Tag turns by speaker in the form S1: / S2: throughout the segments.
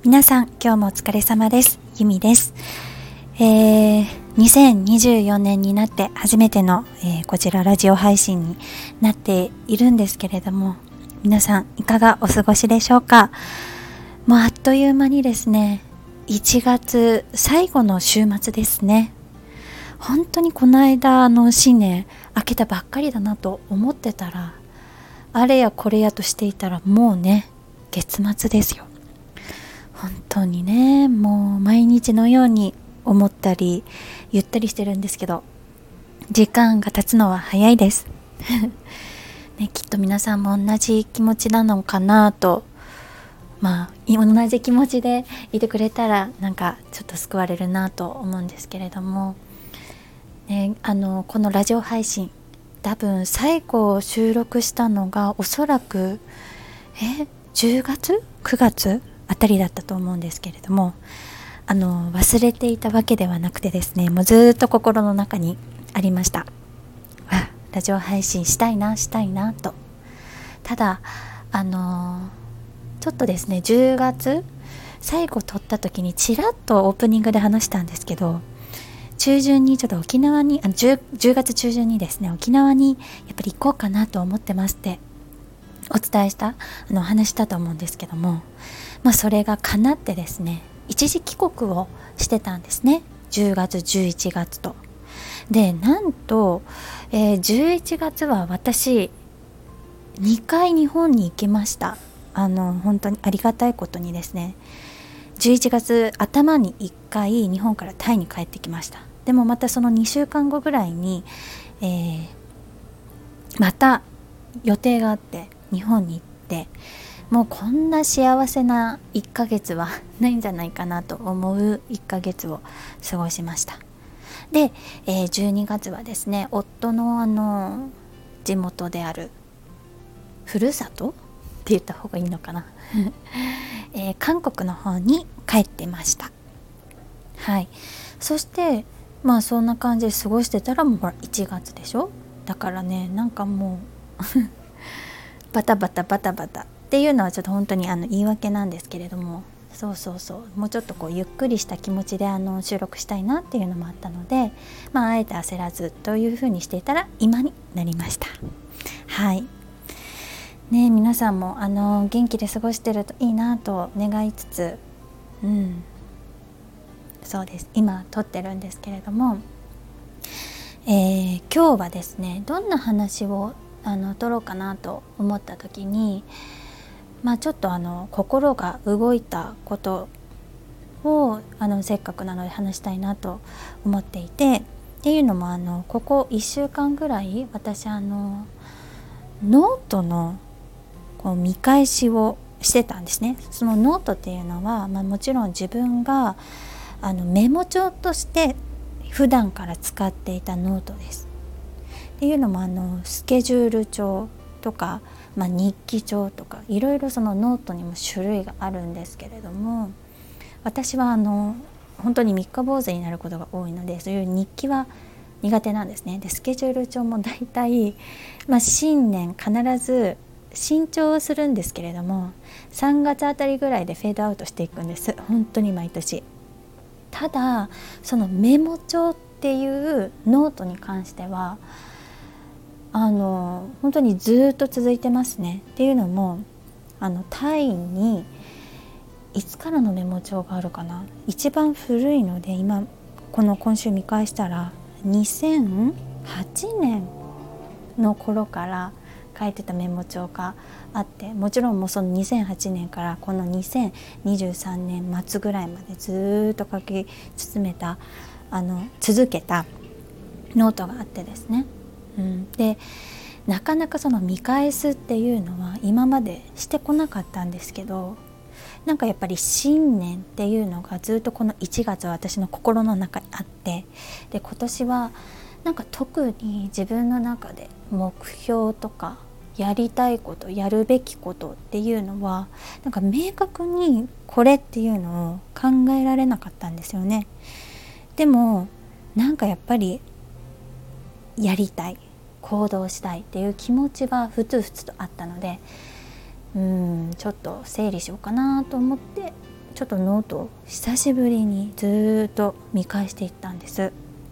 S1: 皆さん今日もお疲れ様です。ゆみです。2024年になって初めての、こちらラジオ配信になっているんですけれども、皆さんいかがお過ごしでしょうか。もうあっという間にですね、1月最後の週末ですね。本当にこの間新年明けたばっかりだなと思ってたら、あれやこれやとしていたらもうね、月末ですよ。本当にね、もう毎日のように思ったり言ったりしてるんですけど、時間が経つのは早いです、ね、きっと皆さんも同じ気持ちなのかなと、同じ気持ちでいてくれたらなんかちょっと救われるなと思うんですけれども、ね、このラジオ配信多分最後収録したのがおそらく10月9月あたりだったと思うんですけれども、忘れていたわけではなくてですね、もうずっと心の中にありました。ラジオ配信したいなと。ただちょっとですね、10月最後撮った時にちらっとオープニングで話したんですけど、中旬にちょっと沖縄に10月中旬にですね、沖縄にやっぱり行こうかなと思ってますってお伝えした話したと思うんですけども、それが叶ってですね、一時帰国をしてたんですね。10月11月と。でなんと、11月は私2回日本に行きました。本当にありがたいことにですね、11月頭に1回日本からタイに帰ってきました。でもまたその2週間後ぐらいに、また予定があって日本に行って、もうこんな幸せな1ヶ月はないんじゃないかなと思う1ヶ月を過ごしました。で、12月はですね、夫の地元であるふるさとって言った方がいいのかな、韓国の方に帰ってました。はい。そしてそんな感じで過ごしてたら、もうほら1月でしょ。だからね、なんかもうバタバタっていうのはちょっと本当に言い訳なんですけれども、もうちょっとこうゆっくりした気持ちで収録したいなっていうのもあったので、あえて焦らずというふうにしていたら今になりました。はいね、皆さんも元気で過ごしてるといいなと願いつつ、そうです、今撮ってるんですけれども、今日はですね、どんな話を撮ろうかなと思った時に、ちょっと心が動いたことをせっかくなので話したいなと思っていて、っていうのもここ1週間ぐらい私ノートのこう見返しをしてたんですね。そのノートっていうのは、もちろん自分がメモ帳として普段から使っていたノートです。っていうのもスケジュール帳とか、日記帳とかいろいろそのノートにも種類があるんですけれども、私は本当に三日坊主になることが多いので、そういう日記は苦手なんですね。でスケジュール帳もだいたい、新年必ず新調をするんですけれども、3月あたりぐらいでフェードアウトしていくんです、本当に毎年。ただそのメモ帳っていうノートに関しては本当にずっと続いてますね。っていうのもタイにいつからのメモ帳があるかな、一番古いので今週見返したら2008年の頃から書いてたメモ帳があって、もちろんもうその2008年からこの2023年末ぐらいまでずっと書き続けたノートがあってですね、でなかなかその見返すっていうのは今までしてこなかったんですけど、なんかやっぱり新年っていうのがずっとこの1月は私の心の中にあって、で今年はなんか特に自分の中で目標とかやりたいこと、やるべきことっていうのはなんか明確にこれっていうのを考えられなかったんですよね。でもなんかやっぱりやりたい、行動したいっていう気持ちはふつふつとあったので、ちょっと整理しようかなと思ってちょっとノートを久しぶりにずっと見返していったんです。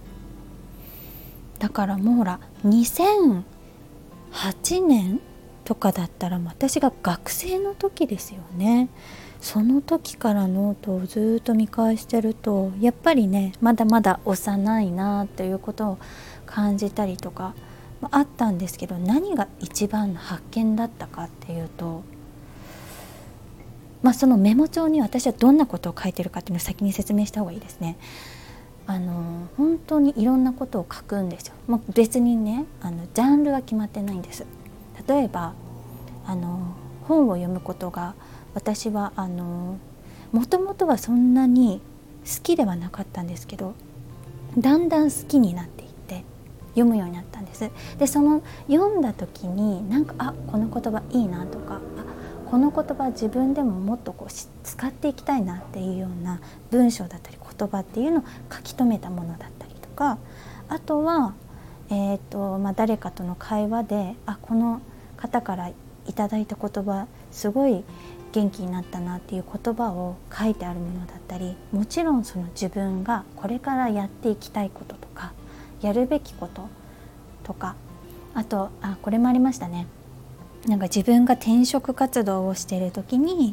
S1: だからもうほら2008年とかだったら私が学生の時ですよね。その時からノートをずっと見返してるとやっぱりねまだまだ幼いなということを感じたりとかあったんですけど、何が一番の発見だったかっていうと、そのメモ帳に私はどんなことを書いてるかっていうのを先に説明した方がいいですね。本当にいろんなことを書くんですよ。別にねジャンルは決まってないんです。例えば本を読むことが私はもともとはそんなに好きではなかったんですけど、だんだん好きになっていって読むようになったんです。でその読んだ時にこの言葉いいなとか、この言葉自分でももっと使っていきたいなっていうような文章だったり言葉っていうのを書き留めたものだったりとか、あとは、誰かとの会話でこの方からいただいた言葉すごい元気になったなっていう言葉を書いてあるものだったり、もちろんその自分がこれからやっていきたいこととかやるべきこととか、あとこれもありましたね。自分が転職活動をしている時に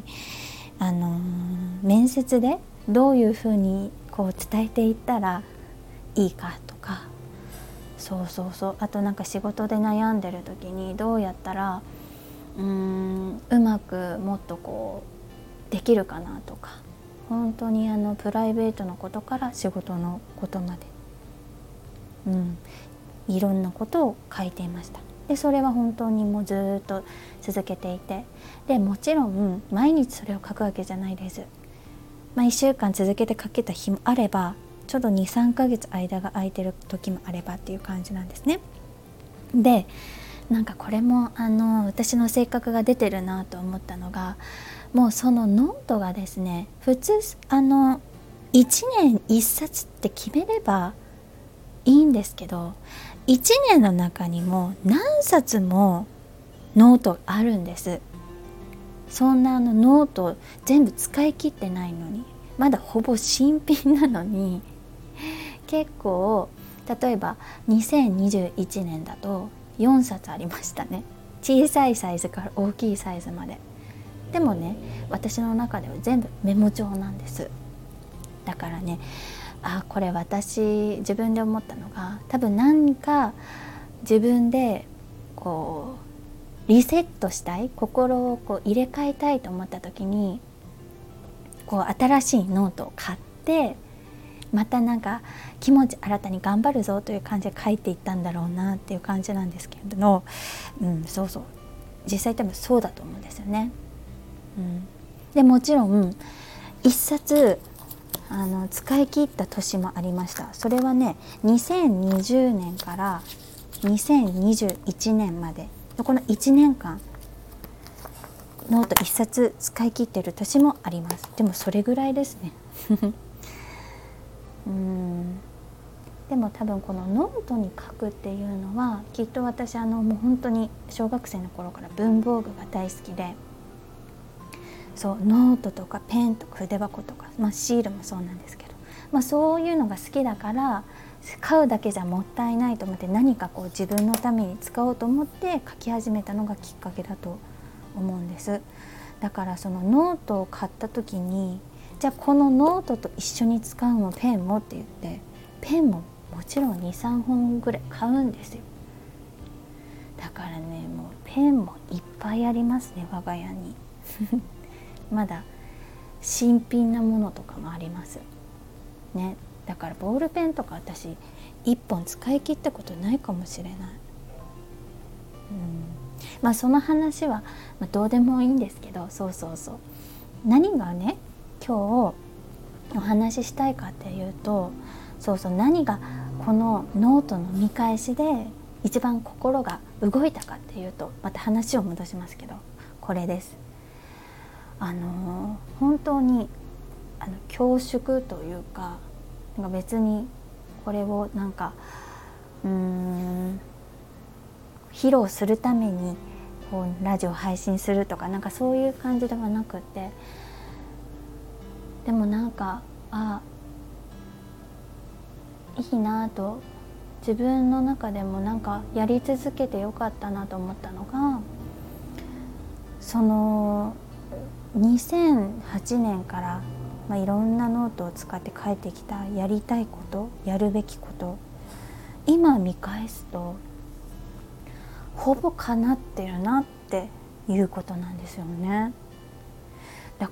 S1: 面接でどういうふうに伝えていったらいいかとか、あと仕事で悩んでる時にどうやったらうまくもっとできるかなとか、本当にプライベートのことから仕事のことまで、いろんなことを書いていました。でそれは本当にもうずっと続けていて、でもちろん毎日それを書くわけじゃないです。1週間続けて書けた日もあれば、ちょうど 2,3 ヶ月間が空いてる時もあればっていう感じなんですね。でこれも私の性格が出てるなと思ったのが、もうそのノートがですね、普通1年1冊って決めればいいんですけど、1年の中にも何冊もノートあるんです。そんなノート全部使い切ってないのに、まだほぼ新品なのに結構、例えば2021年だと4冊ありましたね。小さいサイズから大きいサイズまで。でもね、私の中では全部メモ帳なんです。だからね、これ私自分で思ったのが、多分何か自分でリセットしたい、心を入れ替えたいと思った時に新しいノートを買って、また気持ち新たに頑張るぞという感じで書いていったんだろうなっていう感じなんですけれども、実際多分そうだと思うんですよね。でもちろん一冊使い切った年もありました。それはね、2020年から2021年までのこの1年間ノート一冊使い切ってる年もあります。でもそれぐらいですねでも多分このノートに書くっていうのは、きっと私もう本当に小学生の頃から文房具が大好きで、ノートとかペンとか筆箱とか、シールもそうなんですけど、そういうのが好きだから買うだけじゃもったいないと思って、何か自分のために使おうと思って書き始めたのがきっかけだと思うんです。だからそのノートを買った時に、じゃあこのノートと一緒に使うのペンもって言って、ペンももちろん 2,3 本ぐらい買うんですよ。だからね、もうペンもいっぱいありますね、我が家にまだ新品なものとかもありますね。だからボールペンとか私1本使い切ったことないかもしれない。その話は、どうでもいいんですけど、何がね今日お話ししたいかっていうと、何がこのノートの見返しで一番心が動いたかっていうと、また話を戻しますけど、これです。本当に恐縮というか、別にこれを披露するためにラジオ配信するとかそういう感じではなくて、 でもなんかいいなと、自分の中でもなんかやり続けてよかったなと思ったのが、その2008年から、いろんなノートを使って書いてきたやりたいこと、やるべきこと、今見返すとほぼ叶ってるなっていうことなんですよね。だ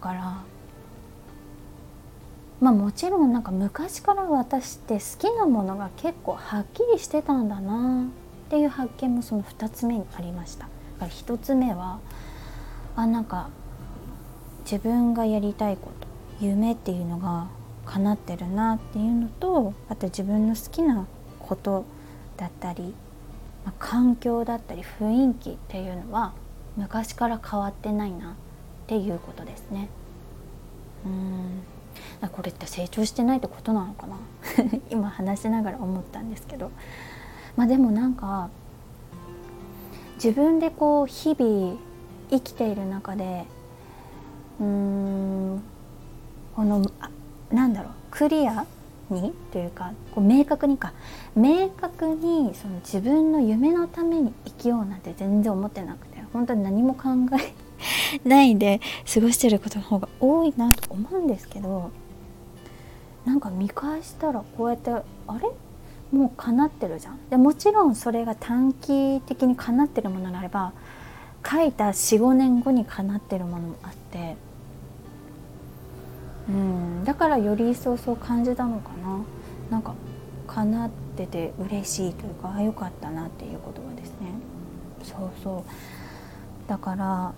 S1: からもちろんなんか昔から私って好きなものが結構はっきりしてたんだなっていう発見もその2つ目にありました。だから1つ目はなんか自分がやりたいこと、夢っていうのが叶ってるなっていうのと、あと自分の好きなことだったり、環境だったり雰囲気っていうのは昔から変わってないなっていうことですね。これって成長してないってことなのかな今話しながら思ったんですけど、でもなんか自分でこう日々生きている中でこのクリアにというか、明確にその自分の夢のために生きようなんて全然思ってなくて、本当に何も考えないで過ごしてることの方が多いなと思うんですけど、なんか見返したらこうやってもう叶ってるじゃん。でもちろんそれが短期的に叶ってるものなれば、書いた 4,5 年後に叶ってるものもあって、だからより一層そう感じたのかな。なんか叶ってて嬉しいというか、良かったなっていうことはですね。だから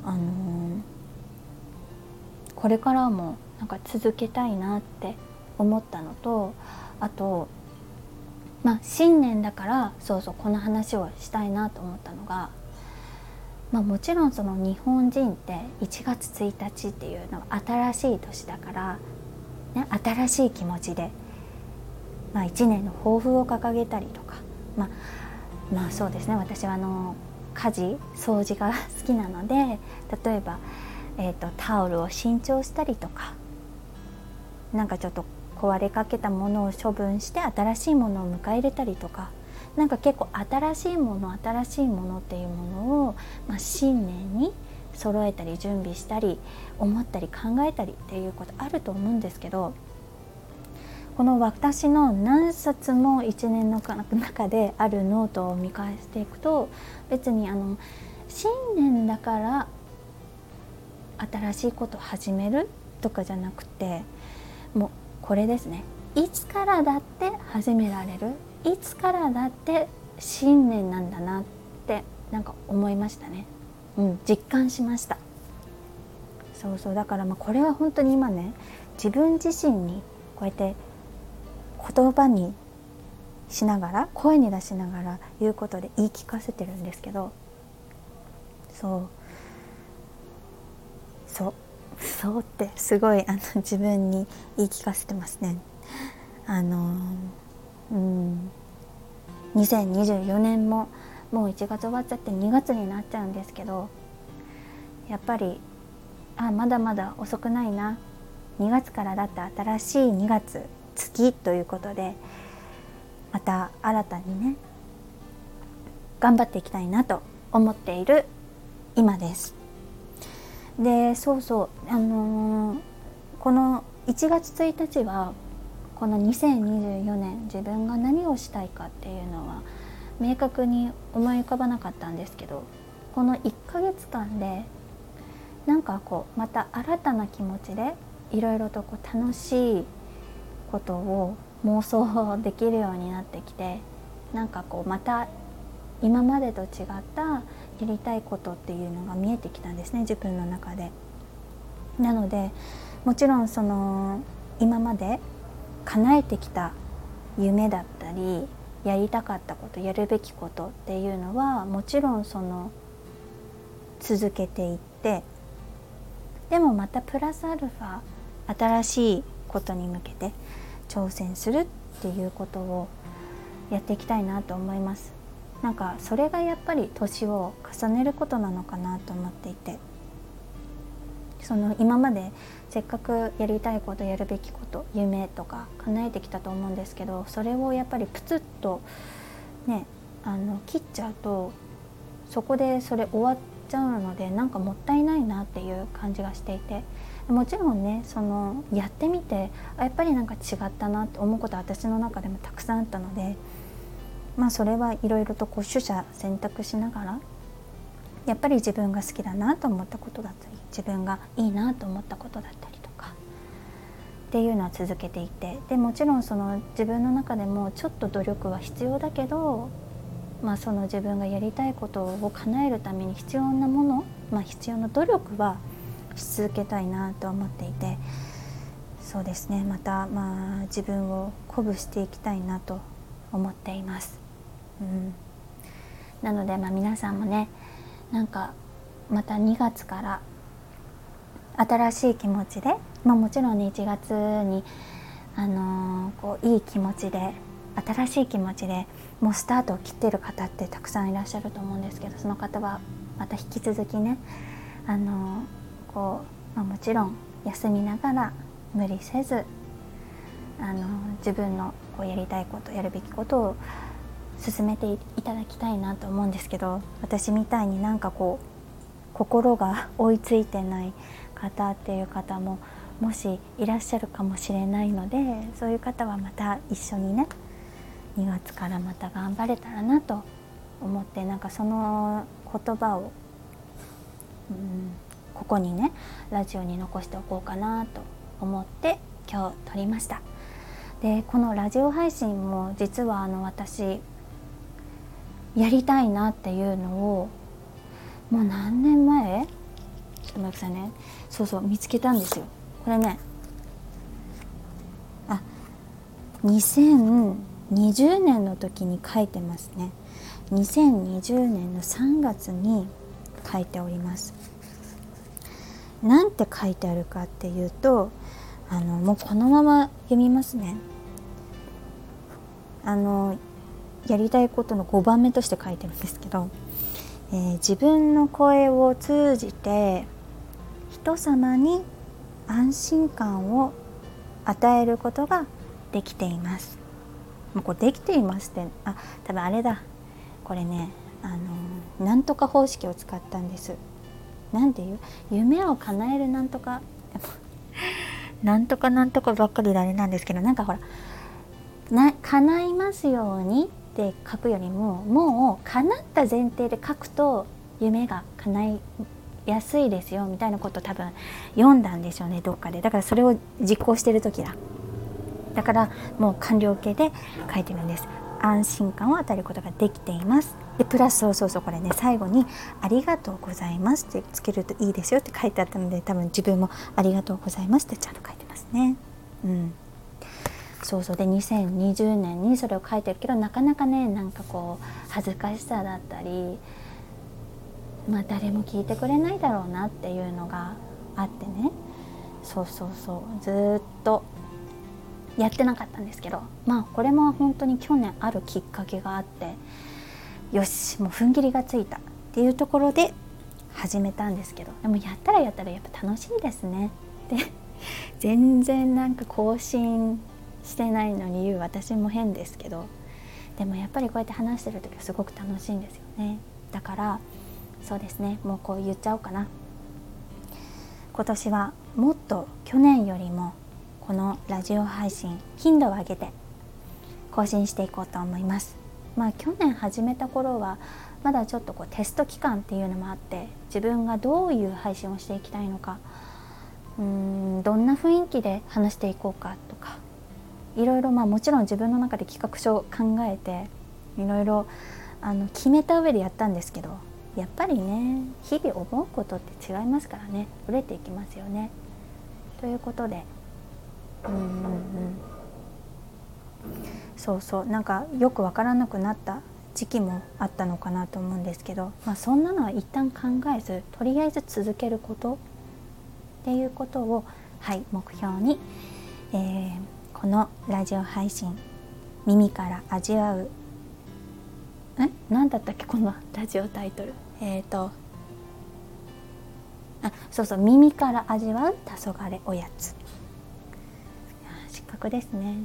S1: これからもなんか続けたいなって思ったのと、あと新年だからこの話をしたいなと思ったのが、もちろんその日本人って1月1日っていうのは新しい年だから、新しい気持ちで、1年の抱負を掲げたりとか、そうですね、私は家事掃除が好きなので、例えば、タオルを新調したりとか、なんかちょっと壊れかけたものを処分して新しいものを迎え入れたりとか、なんか結構新しいものっていうものを、新年に揃えたり準備したり思ったり考えたりっていうことあると思うんですけど、この私の何冊も1年の中であるノートを見返していくと、別に新年だから新しいことを始めるとかじゃなくて、もうこれですね、いつからだって始められる、いつからだって新年なんだなってなんか思いましたね。実感しました。だからこれは本当に今ね、自分自身にこうやって言葉にしながら、声に出しながら言うことで言い聞かせてるんですけど、そうってすごい自分に言い聞かせてますね。2024年ももう1月終わっちゃって2月になっちゃうんですけど、やっぱりまだまだ遅くないな、2月からだって新しい2月月ということで、また新たにね頑張っていきたいなと思っている今です。でこの1月1日はこの2024年自分が何をしたいかっていうのは明確に思い浮かばなかったんですけど、この1ヶ月間でなんかまた新たな気持ちでいろいろと楽しいことを妄想できるようになってきて、なんかまた今までと違ったやりたいことっていうのが見えてきたんですね、自分の中で。なのでもちろん今まで叶えてきた夢だったりやりたかったこと、やるべきことっていうのはもちろん続けていって、でもまたプラスアルファ新しいことに向けて挑戦するっていうことをやっていきたいなと思います。なんかそれがやっぱり年を重ねることなのかなと思っていて、 今までせっかくやりたいこと、やるべきこと、夢とか叶えてきたと思うんですけど、それをやっぱりプツッとね切っちゃうと、そこでそれ終わっちゃうので、なんかもったいないなっていう感じがしていて、もちろんねやってみてやっぱりなんか違ったなって思うことは私の中でもたくさんあったので、それはいろいろと取捨選択しながら、やっぱり自分が好きだなと思ったことだったり、自分がいいなと思ったことだったりとかっていうのは続けていて、でもちろん自分の中でもちょっと努力は必要だけど、自分がやりたいことを叶えるために必要なもの、必要な努力はし続けたいなと思っていて、そうですね、また自分を鼓舞していきたいなと思っています。なので皆さんもね、なんかまた2月から新しい気持ちで、もちろんね1月にいい気持ちで、新しい気持ちでもうスタートを切っている方ってたくさんいらっしゃると思うんですけど、その方はまた引き続きねもちろん休みながら無理せず自分のやりたいこと、やるべきことを進めていただきたいなと思うんですけど、私みたいに心が追いついてない方っていう方ももしいらっしゃるかもしれないので、そういう方はまた一緒にね2月からまた頑張れたらなと思って、その言葉をここにねラジオに残しておこうかなと思って今日撮りました。でこのラジオ配信も実は私やりたいなっていうのをもう何年前、ちょっと待ってくださいね、見つけたんですよ。これね、2020年の時に書いてますね。2020年の3月に書いております。なんて書いてあるかっていうと、もうこのまま読みますね。やりたいことの5番目として書いてるんですけど、自分の声を通じて人様に安心感を与えることができています。もうこれできていますって多分あれだ、これねなんとか方式を使ったんです。なんていう夢を叶えるなんとかなんとかなんとかばっかりであれなんですけど、叶いますようにって書くよりも、もう叶った前提で書くと夢が叶いやすいですよみたいなことを多分読んだんでしょうね、どっかで。だからそれを実行してる時だからもう完了形で書いてるんです。安心感を与えることができています。でプラスこれね、最後にありがとうございますってつけるといいですよって書いてあったので、多分自分もありがとうございますってちゃんと書いてますね。で2020年にそれを書いてるけど、なかなかね恥ずかしさだったり、誰も聞いてくれないだろうなっていうのがあってね、ずっとやってなかったんですけど、これも本当に去年あるきっかけがあって、よしもう踏ん切りがついたっていうところで始めたんですけど、でもやったらやっぱ楽しいですね。で全然更新してないのに言う私も変ですけど、でもやっぱりこうやって話してる時はすごく楽しいんですよね。だからそうですね、もうこう言っちゃおうかな。今年はもっと去年よりもこのラジオ配信頻度を上げて更新していこうと思います。去年始めた頃はまだちょっとテスト期間っていうのもあって、自分がどういう配信をしていきたいのか、どんな雰囲気で話していこうかとか、いろいろもちろん自分の中で企画書を考えていろいろ決めた上でやったんですけど、やっぱりね日々思うことって違いますからね、ブレていきますよね。ということでよくわからなくなった時期もあったのかなと思うんですけど、そんなのは一旦考えず、とりあえず続けることっていうことを目標に、このラジオ配信耳から味わう何だったっけこのラジオタイトル、 そうそう、耳から味わう黄昏おやつ。失格ですね。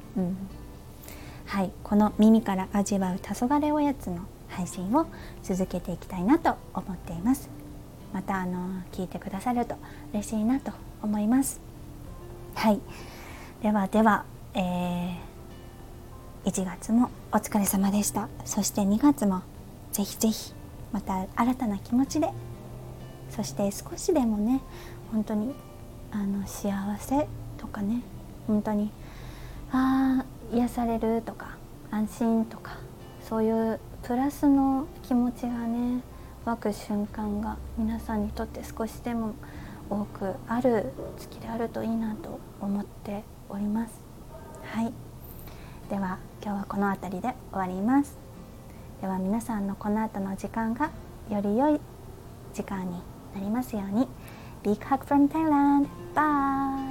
S1: はい、この耳から味わう黄昏おやつの配信を続けていきたいなと思っています。また聞いてくださると嬉しいなと思います。はい、では1月もお疲れ様でした。そして2月もぜひぜひまた新たな気持ちで、そして少しでもね、本当に幸せとかね、本当に癒されるとか安心とか、そういうプラスの気持ちがね湧く瞬間が皆さんにとって少しでも多くある月であるといいなと思っております。はい、では今日はこの辺りで終わります。では皆さんのこの後の時間がより良い時間になりますように。Big hug from Thailand. Bye.